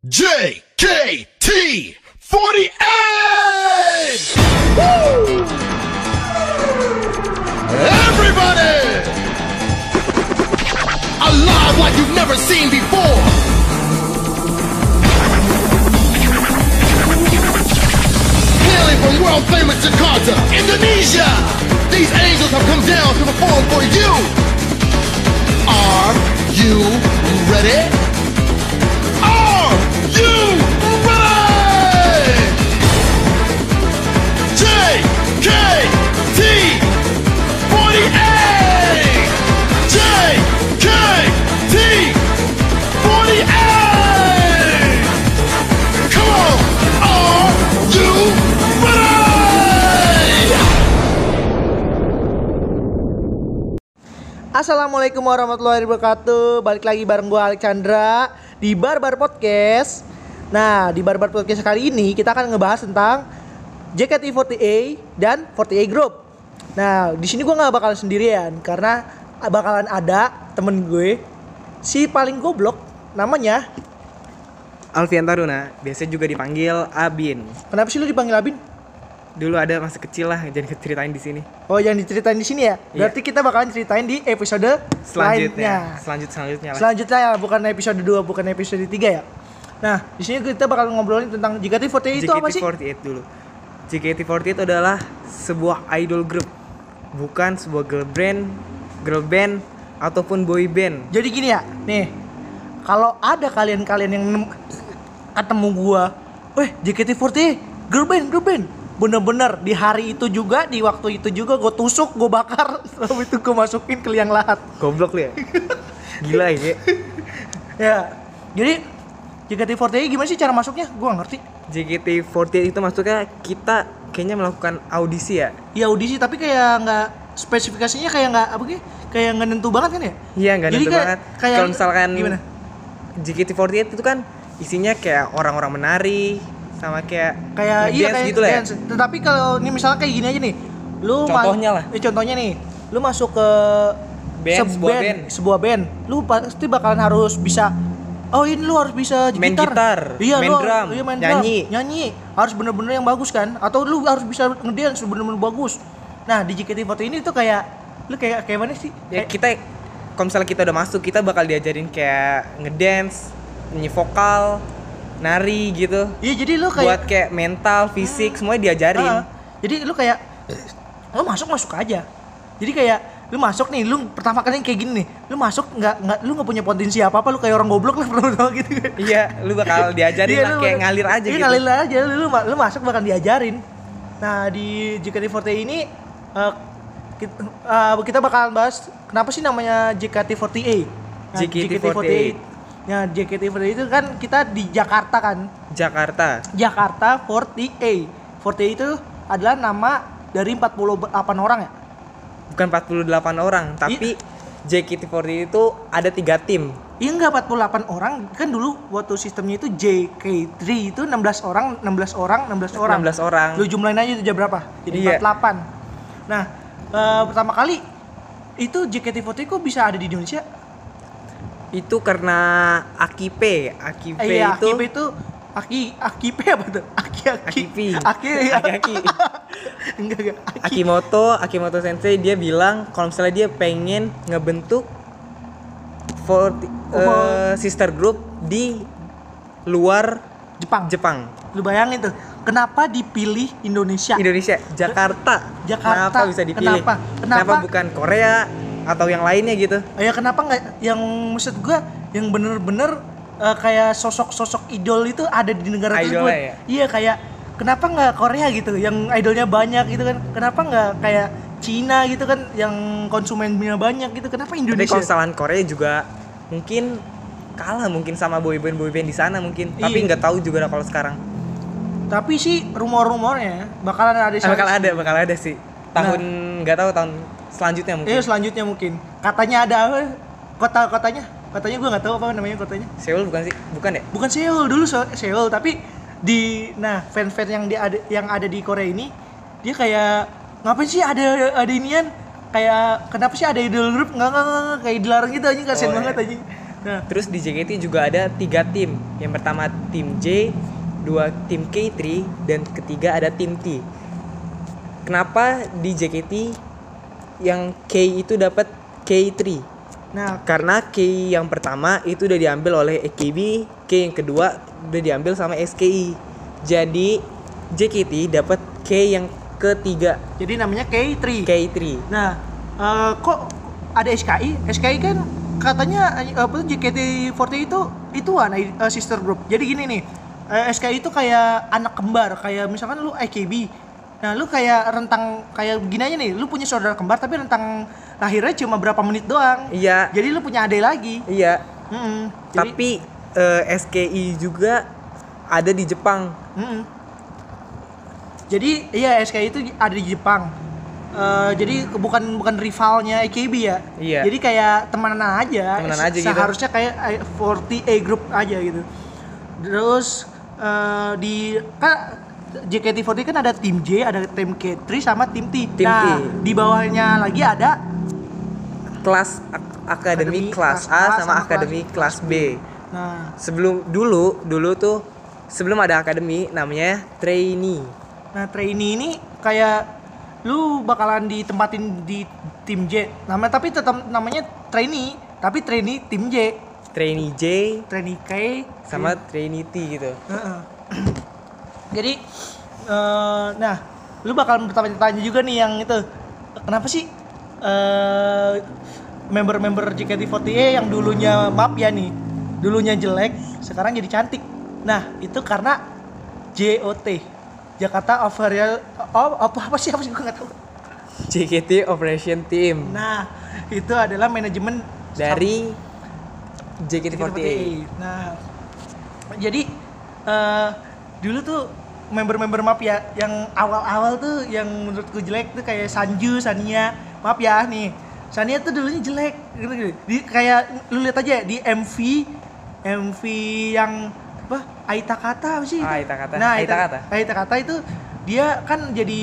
JKT48! Woo! Everybody! Alive like you've never seen before! Hailing from world famous Jakarta, Indonesia! These angels have come down to perform for you! Are you ready? Are you ready? JKT48! JKT48! Come on! Are you ready? Assalamualaikum warahmatullahi wabarakatuh. Balik lagi bareng gue Alexandra di Barbar Podcast. Nah, di Barbar Podcast kali ini kita akan ngebahas tentang JKT48 dan 48 Group. Nah, di sini gue nggak bakalan sendirian karena bakalan ada temen gue si paling goblok, namanya Alfian Taruna, biasa juga dipanggil Abin. Kenapa sih lu dipanggil Abin? Dulu ada masa kecil lah, jadi ceritain di sini. Oh, yang diceritain di sini ya? Berarti kita bakalan ceritain di episode selanjutnya. Selanjutnya lah. Selanjutnya ya, bukan episode 2, bukan episode 3 ya. Nah, di sini kita bakal ngobrolin tentang JKT48 itu apa sih? JKT48 dulu. JKT48 adalah sebuah idol group, bukan sebuah girl band ataupun boy band. Jadi gini ya, nih, kalau ada kalian yang ketemu gua, JKT48 girl band, bener-bener di hari itu juga, di waktu itu juga gue tusuk, gue bakar, habis itu gue masukin ke liang lahat. Goblok lu ya. Gila ya. Ya, jadi JKT48 gimana sih cara masuknya? Gue gak ngerti. JKT48 itu masuknya kita kayaknya melakukan audisi ya. Iya audisi, tapi kayak nggak spesifikasinya kayak nggak apa sih? Kayak nggak nentu banget kan ya? Iya, nggak nentu banget. Kalau misalkan gimana? JKT48 itu kan isinya kayak orang-orang menari sama kayak iya kayak gitu lah ya. Tetapi kalau ini misalnya kayak gini aja nih, lu contohnya nih, lu masuk ke sebuah band, lu pasti bakalan harus bisa. Oh, ini lu harus bisa main gitar, iya, main drum, nyanyi, harus bener-bener yang bagus kan? Atau lu harus bisa ngedance bener-bener bagus. Nah, di JKT48 ini tuh kayak lu kayak mana sih? Ya kita kalau misalnya kita udah masuk, kita bakal diajarin kayak ngedance, nyanyi vokal, nari gitu. Iya, jadi lu kayak buat kayak mental, fisik, semuanya diajarin. Jadi lu kayak lu masuk aja. Jadi kayak lu masuk nih, lu pertama kali kayak gini nih, lu masuk lu nggak punya potensi apa gitu kayak orang goblok lah pertama gitu. Iya, lu bakal diajarin lah kayak ngalir aja gitu. Ngalir aja, lu masuk bakal diajarin. Nah, di JKT48 ini kita bakal bahas kenapa sih namanya JKT48. Nah, JKT48. Nah, JKT48 itu kan kita di Jakarta kan? Jakarta 48. 48 itu adalah nama dari 48 orang ya? Bukan 48 orang, tapi JKT48 itu ada 3 tim. Iya, enggak 48 orang, kan dulu waktu sistemnya itu JK3 itu 16 orang. 16 orang. Lu jumlahin aja itu jadi berapa? Jadi 48. Nah, pertama kali itu JKT48 kok bisa ada di Indonesia? Itu karena Akipe itu Akipe apa tuh? Aki. Enggak. Akimoto Sensei dia bilang kalau misalnya dia pengen ngebentuk sister group di luar Jepang. Lu bayangin tuh, kenapa dipilih Indonesia? Jakarta. Kenapa bisa dipilih? Kenapa bukan Korea atau yang lainnya gitu? Ya kenapa nggak yang maksud gua yang bener-bener kayak sosok idol itu ada di negara tersebut. Ya? Iya, kayak kenapa nggak Korea gitu yang idolnya banyak gitu kan? Kenapa nggak kayak Cina gitu kan yang konsumennya banyak gitu? Kenapa Indonesia? Tapi kalau kesalahan Korea juga mungkin kalah sama boy band di sana mungkin. Tapi nggak tahu juga kalau sekarang. Tapi sih rumornya bakalan ada sih. Tahun nggak tahu tahun selanjutnya mungkin. Iya, selanjutnya mungkin. Katanya ada Katanya gue nggak tahu apa namanya kotanya. Seoul bukan sih? Bukan ya? Bukan Seoul, dulu Seoul, tapi fans yang ada di Korea ini dia kayak ngapain sih ada inian kayak kenapa sih ada idol group nggak kayak dilarang gitu aja, kasian banget aja. Nah. Terus di JKT juga ada 3 tim. Yang pertama tim J, 2 tim K3, dan ketiga ada tim T. Kenapa di JKT yang K itu dapat K3? Nah, Karena K yang pertama itu udah diambil oleh AKB, K yang kedua udah diambil sama SKI. Jadi JKT dapat K yang ketiga, jadi namanya K3. K3. Nah, kok ada SKI? SKI kan katanya apa tuh JKT48 itu sister group. Jadi gini nih, SKI itu kayak anak kembar, kayak misalkan lu AKB. Nah, lu kayak rentang kayak gini aja nih, lu punya saudara kembar tapi rentang lahirnya cuma berapa menit doang. Iya. Jadi lu punya adik lagi. Iya. Jadi, Tapi SKI juga ada di Jepang. Jadi iya SKI itu ada di Jepang. Jadi bukan rivalnya AKB ya. Iya. Jadi kayak temenan aja. Temenan aja gitu. Seharusnya kayak 40A group aja gitu. Terus di kan JKT48 kan ada tim J, ada tim K3 sama tim T. Tim Nah, T. di bawahnya lagi ada Kelas akademi kelas A sama akademi kelas B. Nah, Dulu tuh sebelum ada akademi namanya trainee. Nah, trainee ini kayak lu bakalan ditempatin di tim J. Tapi tetap namanya trainee, tapi trainee tim J. Trainee J Trainee K sama trainee T gitu. Jadi nah, lu bakal bertanya-tanya juga nih yang itu. Kenapa sih member-member JKT48 yang dulunya maaf ya nih, dulunya jelek, sekarang jadi cantik. Nah, itu karena JOT, Jakarta Overall apa sih gue nggak tahu. JKT Operation Team Nah, itu adalah manajemen dari JKT48. Nah, jadi dulu tuh member-member maaf ya yang awal-awal tuh yang menurutku jelek tuh kayak Sanju, Sania. Maaf ya nih, Sania tuh dulunya jelek gitu. Kayak lu lihat aja di MV yang apa? Aita Kata apa sih? Aita Kata. Nah, Aita Kata itu dia kan jadi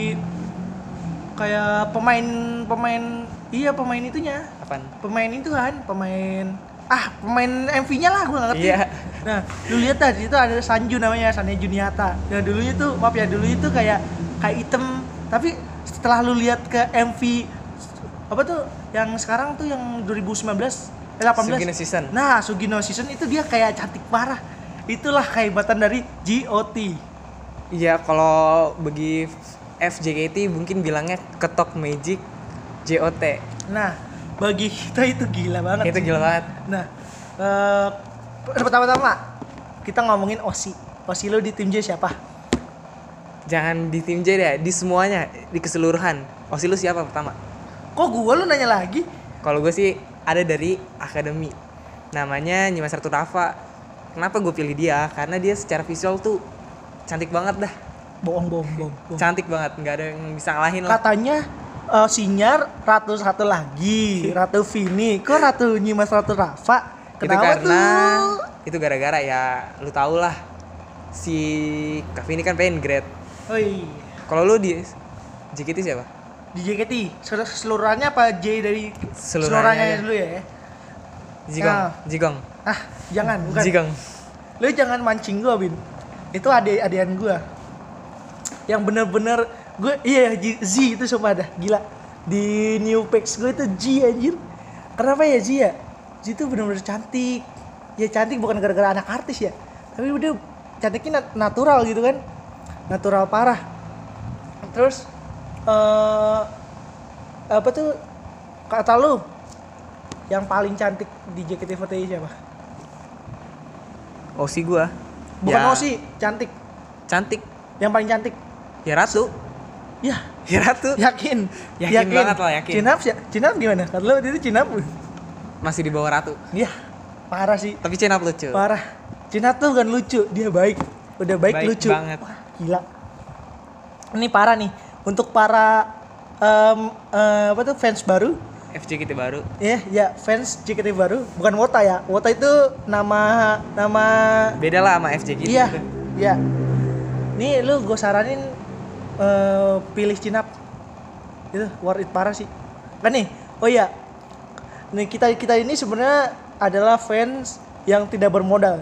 kayak pemain itunya. Apaan? Pemain itu kan, pemain MV-nya lah, gue gak ngerti. Iya. Nah, lu lihat tadi itu ada Sanju namanya, Sania Juniata. Nah, dulunya tuh maaf ya, dulu itu kayak item, tapi setelah lu lihat ke MV apa tuh yang sekarang tuh yang 2019 18. Sugino Season. Nah, Sugino Season itu dia kayak cantik parah. Itulah kehebatan dari GOT. Iya, kalau bagi FJKT mungkin bilangnya ketok magic JOT. Nah, bagi kita itu gila banget. Itu sih. gila banget. Nah, pertama-tama kita ngomongin Osi. Osi lo di tim J siapa? Jangan di tim J deh, di semuanya, di keseluruhan. Osi lu siapa pertama? Kok gua lu nanya lagi? Kalau gue sih ada dari akademi. Namanya Nyimas Ratu Rafa. Kenapa gue pilih dia? Karena dia secara visual tuh cantik banget dah. Bohong. Cantik banget, nggak ada yang bisa ngalahin lah. Katanya Sinyar Ratu satu lagi, Ratu Vini. Kok Ratu Nyimas Ratu Rafa? Itu Kenapa karena tuh? itu gara-gara ya lu tau lah, si Kak Vini kan pengen grade. Oh iya. Kalau lu di JKT siapa? Di JKT keseluruhannya apa J dari Seluruhannya aja. dulu ya? Jigong. Nah. Jigong. Jangan, bukan. Jigong. Lu jangan mancing gua, Bin. Itu adean gua. Yang bener-bener gue Z itu sumpah dah gila. Di new packs gue itu Z anjir. Kenapa ya Z ya? Z itu bener-bener cantik. Ya cantik bukan gara-gara anak artis ya. Tapi udah cantiknya natural gitu kan. Natural parah. Terus apa tuh kata lu yang paling cantik di JKT48 siapa? Osi gua. Bukan Ya, Osi, cantik. Cantik. Yang paling cantik. Ya Ratu. Ya, Ya Ratu. yakin Banget lah, yakin. Cinap gimana? Kata lu waktu itu Cinap Masih di bawah Ratu. ya parah sih, Tapi Cenap lucu. parah. Cinap tuh kan lucu, dia baik, udah baik lucu banget. Wah, gila. Ini parah nih untuk para apa tuh fans baru FJKT baru. ya fans JKT baru, bukan Wota ya. Wota itu nama Beda lah sama FJKT. iya gitu. iya. Nih lu gue saranin pilih Cinap, itu worth it parah sih kan nih. Oh iya, nih kita ini sebenarnya adalah fans yang tidak bermodal.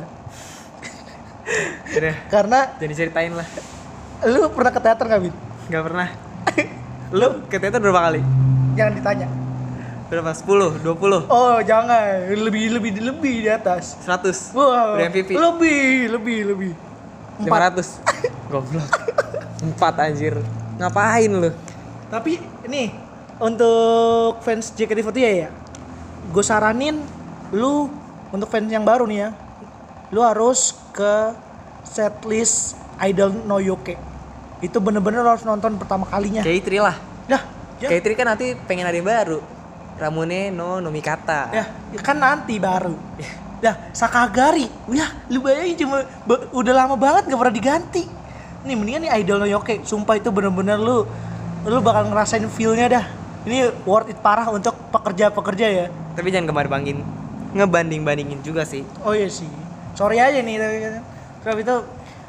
Udah, Karena jadi ceritain lah. lu pernah ke teater nggak, Bin? Gak pernah. Lu ke teater berapa kali? Jangan ditanya. Berapa? 10, 20, Oh, jangan. Lebih di atas. 100. Wah, Udah MVP. lebih. 500. Goblok. 4 anjir. Ngapain lu? Tapi nih untuk fans JKT48 ya, gue saranin lu untuk fans yang baru nih ya, lu harus ke setlist Idol no Yoke. Itu bener-bener harus nonton pertama kalinya. K3 lah. Dah, ya. K3 kan nanti pengen ada yang baru. Ramune no Nomikata. Ya, kan nanti baru. Dah, Sakagari. Ya, lu bayangin cuma udah lama banget gak pernah diganti. Nih mendingan nih Idol no Yoke. Sumpah itu bener-bener lu bakal ngerasain feel-nya dah. Ini worth it parah untuk pekerja-pekerja ya. Tapi jangan ngebanding-bandingin juga sih. Oh iya sih. Sorry aja nih tapi itu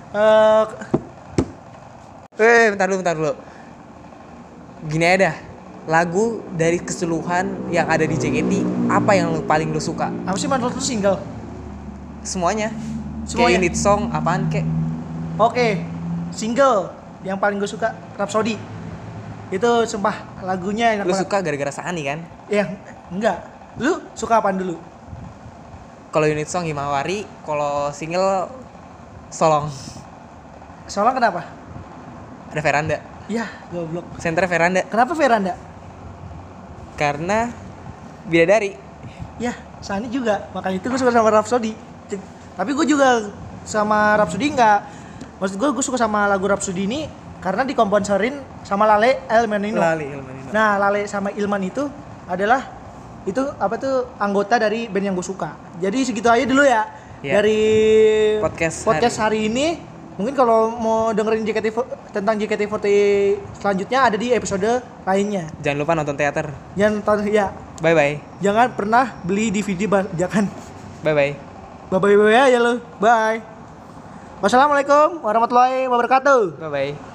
Bentar dulu. Gini aja dah. Lagu dari keseluruhan yang ada di JKT, apa yang paling lu suka? apa sih menurut lu single? Semuanya. Semuanya? Kayak unit song, apaan kek? Oke. Single yang paling gue suka Rhapsody. Itu sumpah lagunya enak Lu banget. suka gara-gara Sani kan? Ya, enggak. Lu suka apaan dulu? Kalau unit song Himawari, kalau single Solong. Soalnya kenapa? Ada Veranda. Ya, goblok. Senternya Veranda. Kenapa Veranda? Karena bidadari. Ya, Sani juga. Makanya itu gue suka sama Rhapsody. Tapi gue juga sama Rhapsody enggak. Maksud gue suka sama lagu Rhapsody ini karena dikomposerin sama Lale Ilmanino. Nah, Lale sama Ilman itu adalah anggota dari band yang gue suka. Jadi segitu aja dulu ya. Yeah. Dari podcast hari ini. Mungkin kalau mau dengerin tentang JKT48 selanjutnya ada di episode lainnya. Jangan lupa nonton teater. Bye bye. Jangan pernah beli DVD jangan. Bye bye. Bye aja lo. Bye. Wassalamualaikum warahmatullahi wabarakatuh. Bye bye.